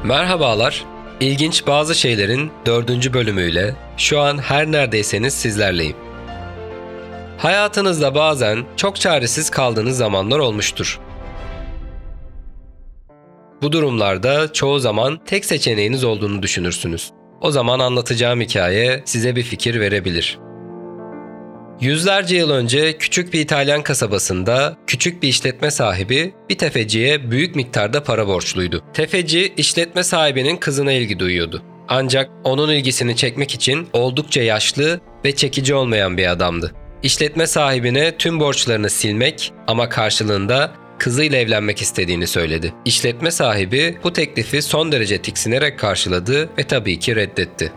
Merhabalar, İlginç Bazı Şeylerin 4. bölümüyle şu an her neredeyseniz sizlerleyim. Hayatınızda bazen çok çaresiz kaldığınız zamanlar olmuştur. Bu durumlarda çoğu zaman tek seçeneğiniz olduğunu düşünürsünüz. O zaman anlatacağım hikaye size bir fikir verebilir. Yüzlerce yıl önce küçük bir İtalyan kasabasında küçük bir işletme sahibi bir tefeciye büyük miktarda para borçluydu. Tefeci işletme sahibinin kızına ilgi duyuyordu. Ancak onun ilgisini çekmek için oldukça yaşlı ve çekici olmayan bir adamdı. İşletme sahibine tüm borçlarını silmek ama karşılığında kızıyla evlenmek istediğini söyledi. İşletme sahibi bu teklifi son derece tiksinerek karşıladı ve tabii ki reddetti.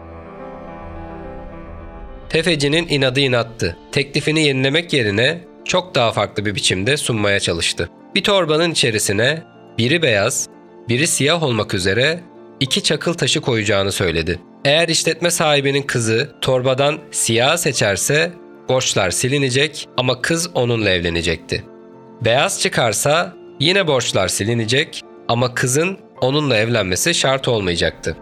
Tefecinin inadı inattı. Teklifini yenilemek yerine çok daha farklı bir biçimde sunmaya çalıştı. Bir torbanın içerisine biri beyaz, biri siyah olmak üzere 2 çakıl taşı koyacağını söyledi. Eğer işletme sahibinin kızı torbadan siyah seçerse borçlar silinecek ama kız onunla evlenecekti. Beyaz çıkarsa yine borçlar silinecek ama kızın onunla evlenmesi şart olmayacaktı.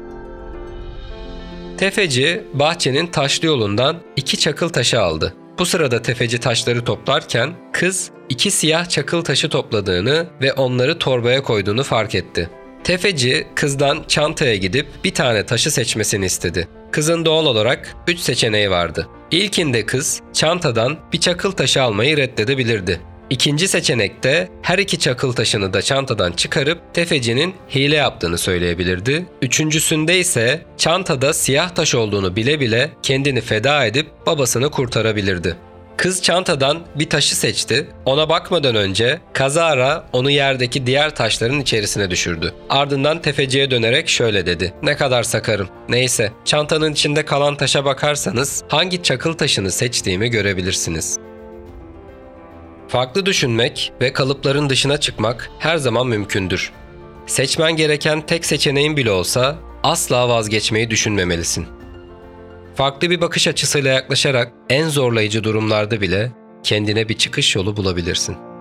Tefeci bahçenin taşlı yolundan 2 çakıl taşı aldı. Bu sırada tefeci taşları toplarken kız 2 siyah çakıl taşı topladığını ve onları torbaya koyduğunu fark etti. Tefeci kızdan çantaya gidip bir tane taşı seçmesini istedi. Kızın doğal olarak 3 seçeneği vardı. İlkinde kız çantadan bir çakıl taşı almayı reddedebilirdi. İkinci seçenekte her 2 çakıl taşını da çantadan çıkarıp tefecinin hile yaptığını söyleyebilirdi. Üçüncüsünde ise çantada siyah taş olduğunu bile bile kendini feda edip babasını kurtarabilirdi. Kız çantadan bir taşı seçti. Ona bakmadan önce kazara onu yerdeki diğer taşların içerisine düşürdü. Ardından tefeciye dönerek şöyle dedi. "Ne kadar sakarım. Neyse, çantanın içinde kalan taşa bakarsanız hangi çakıl taşını seçtiğimi görebilirsiniz." Farklı düşünmek ve kalıpların dışına çıkmak her zaman mümkündür. Seçmen gereken tek seçeneğin bile olsa asla vazgeçmeyi düşünmemelisin. Farklı bir bakış açısıyla yaklaşarak en zorlayıcı durumlarda bile kendine bir çıkış yolu bulabilirsin.